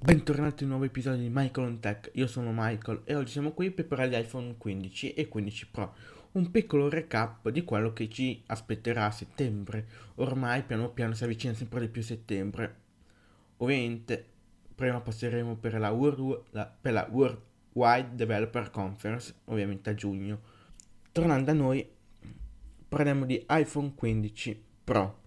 Bentornati in un nuovo episodio di Michael on Tech, io sono Michael e oggi siamo qui per parlare di iPhone 15 e 15 Pro. Un piccolo recap di quello che ci aspetterà a settembre. Ormai piano piano si avvicina sempre di più settembre. Ovviamente prima passeremo per la Worldwide Developer Conference, ovviamente a giugno. Tornando a noi, parliamo di iPhone 15 Pro.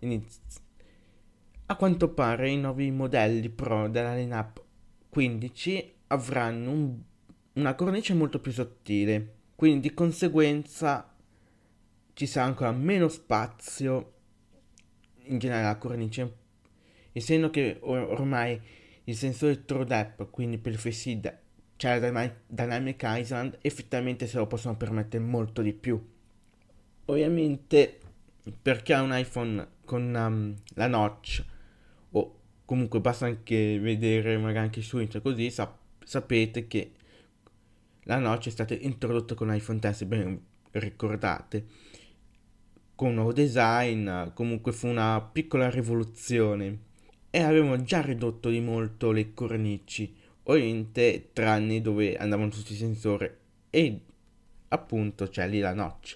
A quanto pare i nuovi modelli Pro della lineup 15 avranno una cornice molto più sottile, quindi di conseguenza ci sarà ancora meno spazio in generale alla cornice, essendo che ormai il sensore True Depth, quindi per il Face ID, cioè la Dynamic Island, effettivamente se lo possono permettere molto di più. Ovviamente per chi ha un iPhone con la notch, o comunque basta anche vedere magari anche su internet così sapete che la notch è stata introdotta con iPhone X, se ben ricordate, con un nuovo design. Comunque fu una piccola rivoluzione e avevano già ridotto di molto le cornici, ovviamente tranne dove andavano tutti i sensori e appunto c'è lì la notch.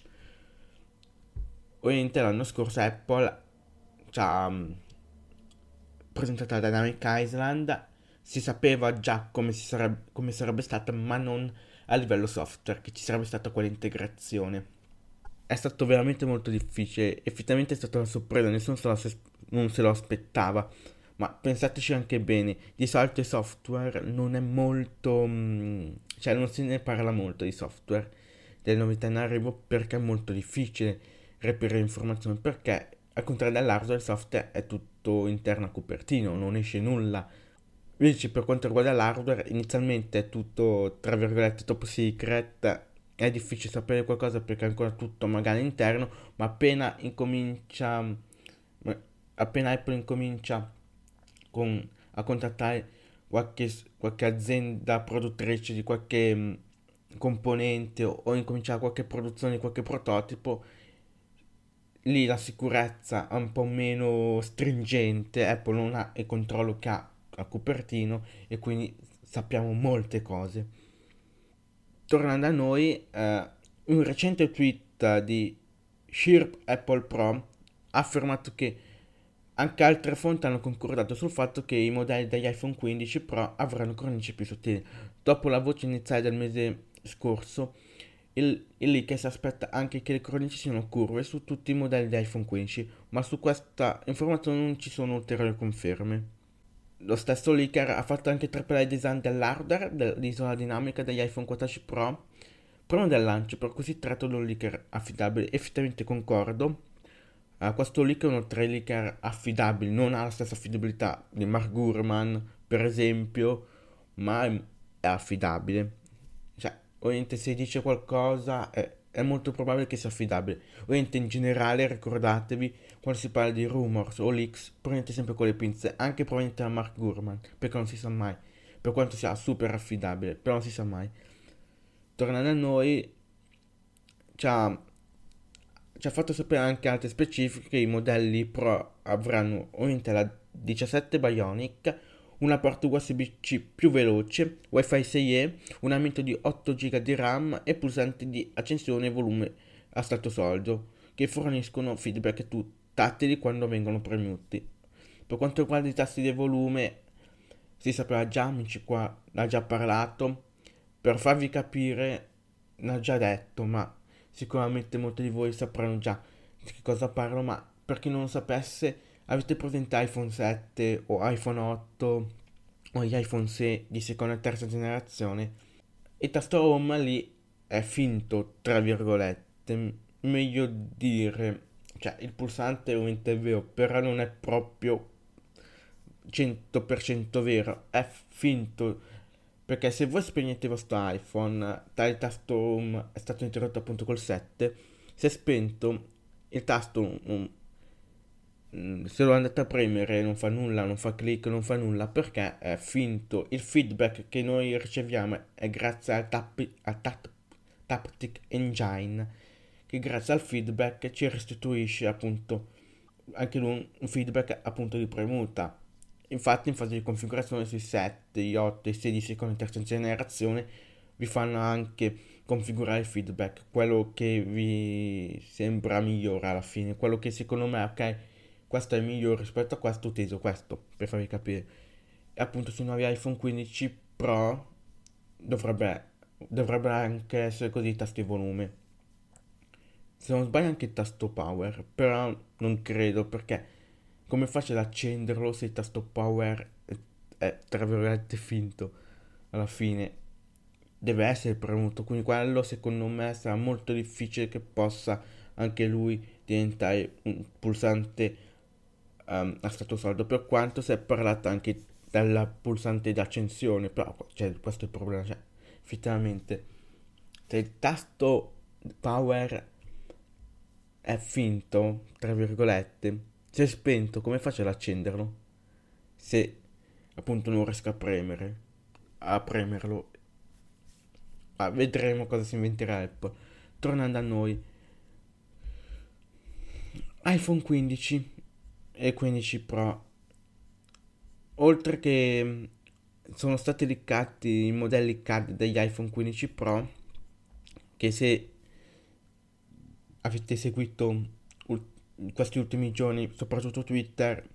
Ovviamente l'anno scorso Apple ci ha presentato la Dynamic Island, si sapeva già come sarebbe stata, ma non a livello software, che ci sarebbe stata quell'integrazione. È stato veramente molto difficile, effettivamente è stata una sorpresa, non se lo aspettava, ma pensateci anche bene, di solito il software non è molto, cioè non se ne parla molto di software, delle novità in arrivo perché è molto difficile reperire informazioni, perché al contrario dell'hardware il software è tutto interno a cupertino, non esce nulla. Invece per quanto riguarda l'hardware, inizialmente è tutto, tra virgolette, top secret, è difficile sapere qualcosa perché è ancora tutto magari interno, ma appena Apple incomincia a contattare qualche azienda produttrice di qualche componente o incominciare qualche produzione di qualche prototipo, lì la sicurezza è un po' meno stringente, Apple non ha il controllo che ha a Cupertino e quindi sappiamo molte cose. Tornando a noi, un recente tweet di Shirp Apple Pro ha affermato che anche altre fonti hanno concordato sul fatto che i modelli degli iPhone 15 Pro avranno cornici più sottili. Dopo la voce iniziale del mese scorso, il leak si aspetta anche che le cornici siano curve su tutti i modelli di iPhone 15, ma su questa informazione non ci sono ulteriori conferme. Lo stesso leaker ha fatto anche trapelare il design dell'hardware dell'isola dinamica degli iPhone 14 Pro prima del lancio, per cui si tratta di un leaker affidabile. Effettivamente concordo. Questo leak è uno tra i leaker affidabili, non ha la stessa affidabilità di Mark Gurman, per esempio, ma è affidabile. Cioè, ovviamente se dice qualcosa è molto probabile che sia affidabile. Ovviamente in generale ricordatevi, quando si parla di rumors o leaks, prendete sempre con le pinze, anche provenienti da Mark Gurman, perché non si sa mai, per quanto sia super affidabile, però non si sa mai. Tornando a noi, ci ha, ci ha fatto sapere anche altre specifiche che i modelli Pro avranno ovviamente la 17 Bionic, una porta USB-C più veloce, Wi-Fi 6E, un aumento di 8 GB di RAM e pulsanti di accensione e volume a stato solido, che forniscono feedback tattili quando vengono premuti. Per quanto riguarda i tasti di volume, si sapeva già, amici qua l'ha già parlato, per farvi capire l'ha già detto, ma sicuramente molti di voi sapranno già di che cosa parlo, ma per chi non lo sapesse, avete presente iPhone 7 o iPhone 8 o gli iPhone 6 di seconda e terza generazione? Il tasto home lì è finto, tra virgolette, meglio dire, cioè il pulsante è ovviamente vero, però non è proprio 100% vero, è finto, perché se voi spegnete il vostro iPhone, tale tasto home è stato interrotto appunto col 7, se è spento il tasto se lo andate a premere non fa nulla, non fa click, non fa nulla perché è finto. Il feedback che noi riceviamo è grazie Taptic Engine, che grazie al feedback ci restituisce appunto anche lui un feedback appunto di premuta. infatti in fase di configurazione sui 7, gli 8 e i 16 secondi terza generazione vi fanno anche configurare il feedback, quello che vi sembra migliore alla fine, quello che secondo me, ok, questo è migliore rispetto a questo, utilizzo questo, per farvi capire. E appunto sui nuovi iPhone 15 Pro dovrebbe anche essere così i tasti volume. Se non sbaglio anche il tasto power, però non credo perché come faccio ad accenderlo se il tasto power è tra virgolette finto alla fine? Deve essere premuto, quindi quello secondo me sarà molto difficile che possa anche lui diventare un pulsante a stato saldo, per quanto si è parlato anche della pulsante d'accensione, però cioè, questo è il problema, cioè, effettivamente se il tasto power è finto, tra virgolette, se è spento, come faccio ad accenderlo? Se appunto non riesco a premerlo. Vedremo cosa si inventerà Apple. Tornando a noi, iPhone 15 e 15 Pro, oltre che sono stati leakati i modelli CAD degli iPhone 15 Pro, che se avete seguito questi ultimi giorni, soprattutto Twitter,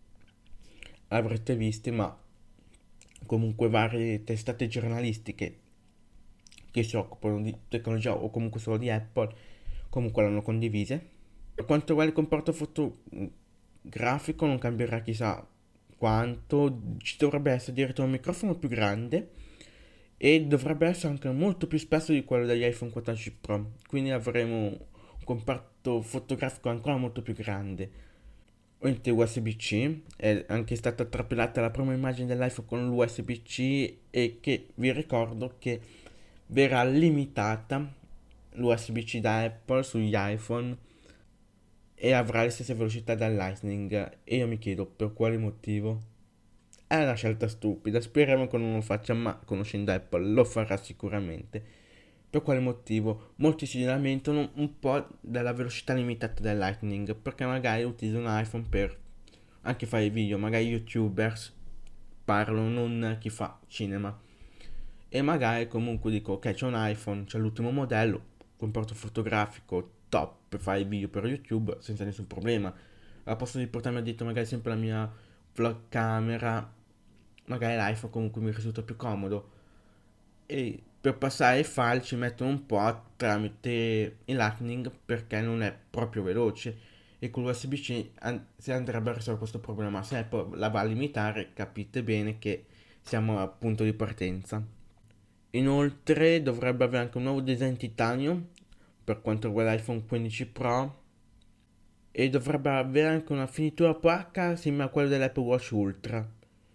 avrete visti, ma comunque varie testate giornalistiche che si occupano di tecnologia o comunque solo di Apple, comunque l'hanno condivise. Per quanto riguarda il comporto fotografico non cambierà chissà quanto, ci dovrebbe essere addirittura un microfono più grande e dovrebbe essere anche molto più spesso di quello degli iPhone 14 Pro, quindi avremo un comparto fotografico ancora molto più grande. Ovviamente USB-C, è anche stata trapelata la prima immagine dell'iPhone con l'USB-C e che vi ricordo che verrà limitata l'USB-C da Apple sugli iPhone e avrà le stesse velocità del Lightning e io mi chiedo per quale motivo. È una scelta stupida, speriamo che non lo faccia, ma conoscendo Apple lo farà sicuramente. Per quale motivo? Molti si lamentano un po' della velocità limitata del Lightning, perché magari utilizzano un iPhone per anche fare video, magari YouTubers parlano, non chi fa cinema. E magari comunque dico, ok, c'è un iPhone, c'è l'ultimo modello, comporto fotografico top per fare i video per YouTube senza nessun problema. Al posto di portarmi dietro magari sempre la mia vlog camera, magari l'iPhone comunque mi risulta più comodo. E per passare i file ci mettono un po' tramite il Lightning perché non è proprio veloce e con l'USB-C si andrebbe a risolvere questo problema. Se Apple la va a limitare, capite bene che siamo al punto di partenza. Inoltre dovrebbe avere anche un nuovo design titanio per quanto riguarda l'iPhone 15 Pro e dovrebbe avere anche una finitura placca simile a quella dell'Apple Watch Ultra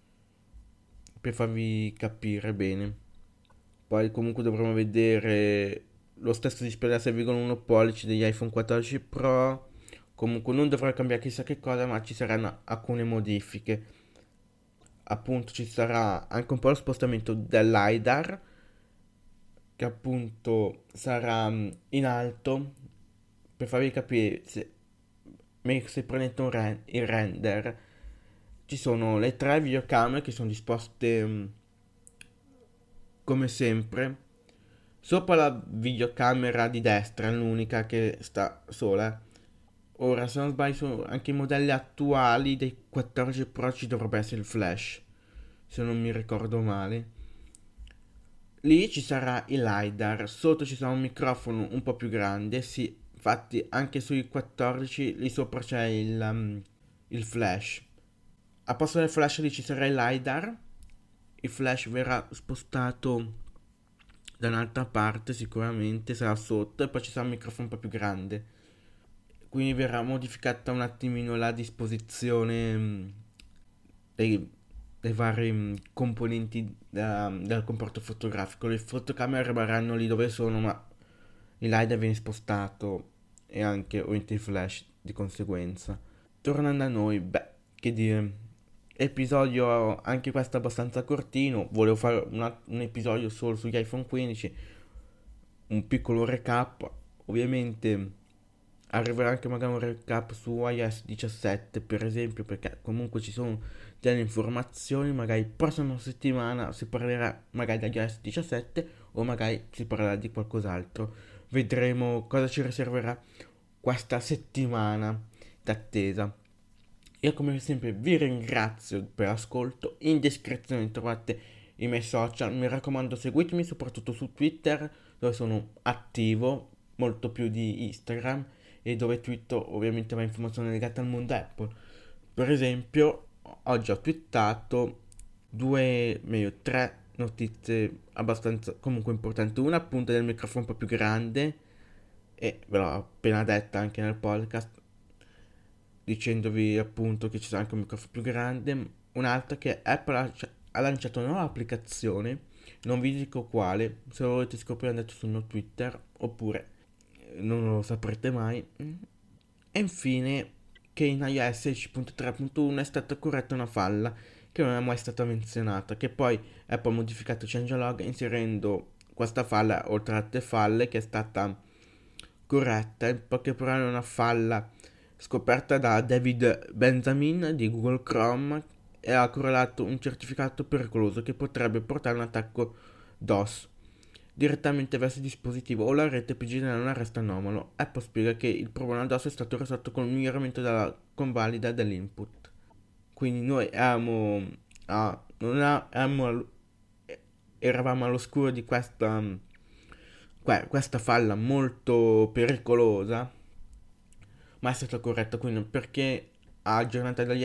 per farvi capire bene. Poi comunque dovremo vedere lo stesso display da 6,1 pollici degli iPhone 14 Pro. Comunque non dovrà cambiare chissà che cosa, ma ci saranno alcune modifiche. Appunto ci sarà anche un po' lo spostamento dell'LiDAR che appunto sarà in alto per farvi capire se prendete il render ci sono le tre videocamere che sono disposte come sempre sopra la videocamera di destra, è l'unica che sta sola. Ora se non sbaglio anche i modelli attuali dei 14 Pro ci dovrebbe essere il flash, se non mi ricordo male. Lì ci sarà il LiDAR, sotto ci sarà un microfono un po' più grande, sì, infatti anche sui 14 lì sopra c'è il flash. A posto del flash lì ci sarà il LiDAR, il flash verrà spostato da un'altra parte sicuramente, sarà sotto e poi ci sarà un microfono un po' più grande. Quindi verrà modificata un attimino la disposizione dei, dei vari componenti del comporto fotografico. Le fotocamere rimarranno lì dove sono, ma il LiDAR viene spostato e anche ovviamente il flash di conseguenza. Tornando a noi, beh, che dire, episodio anche questo abbastanza cortino, volevo fare un episodio solo sugli iPhone 15, un piccolo recap, ovviamente arriverà anche magari un recap su iOS 17 per esempio, perché comunque ci sono delle informazioni. Magari prossima settimana si parlerà magari di iOS 17 o magari si parlerà di qualcos'altro. Vedremo cosa ci riserverà questa settimana d'attesa. Io come sempre vi ringrazio per l'ascolto. In descrizione trovate i miei social. Mi raccomando, seguitemi soprattutto su Twitter, dove sono attivo molto più di Instagram, e dove twitto ovviamente va informazioni legate al mondo Apple. Per esempio, oggi ho twittato due, meglio tre notizie abbastanza comunque importanti. Una appunto del microfono un po' più grande, e ve l'ho appena detta anche nel podcast, dicendovi appunto che ci sarà anche un microfono più grande. Un'altra che Apple ha lanciato una nuova applicazione, non vi dico quale, se lo volete scoprire andate sul mio Twitter, oppure non lo saprete mai. E infine che in iOS 16.3.1 è stata corretta una falla che non è mai stata menzionata, che poi Apple ha modificato changelog inserendo questa falla oltre a altre falle, che è stata corretta. In poche parole, è una falla scoperta da David Benjamin di Google Chrome, e ha correlato un certificato pericoloso che potrebbe portare a un attacco DOS direttamente verso il dispositivo o la rete, più generale un arresto anomalo. Apple spiega che il problema DOS è stato risolto con il miglioramento della convalida dell'input. Quindi noi non eravamo all'oscuro di questa falla molto pericolosa, ma è stata corretta. Quindi perché aggiornata dagli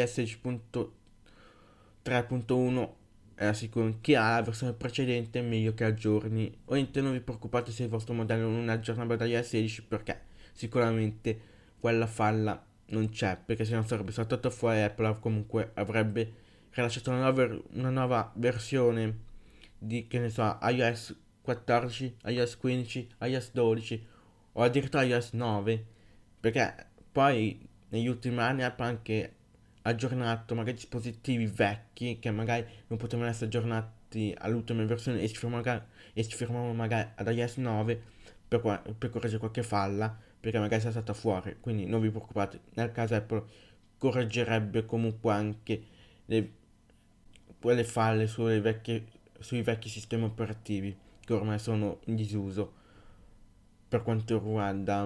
S10.3.1 era sicuro chi ha la versione precedente è meglio che aggiorni. Ovviamente non vi preoccupate se il vostro modello non è aggiornabile dagli S16, perché sicuramente quella falla non c'è, perché se non sarebbe saltato fuori. Apple comunque avrebbe rilasciato una nuova versione di, che ne so, iOS 14, iOS 15, iOS 12 o addirittura iOS 9, perché poi negli ultimi anni Apple ha anche aggiornato magari dispositivi vecchi che magari non potevano essere aggiornati all'ultima versione, e si fermavano magari ad iOS 9 per correggere qualche falla, perché magari sia stata fuori. Quindi non vi preoccupate, nel caso Apple correggerebbe comunque anche le, quelle falle sui vecchi sistemi operativi che ormai sono in disuso, per quanto riguarda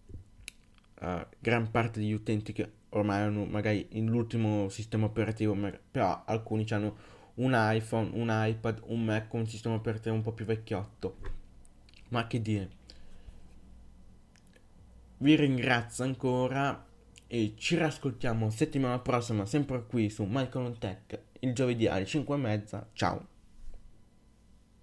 gran parte degli utenti che ormai hanno magari l'ultimo sistema operativo, però alcuni hanno un iPhone, un iPad, un Mac con un sistema operativo un po' più vecchiotto. Ma che dire, vi ringrazio ancora e ci riascoltiamo settimana prossima sempre qui su Michael on Tech, il giovedì alle 5:30. Ciao!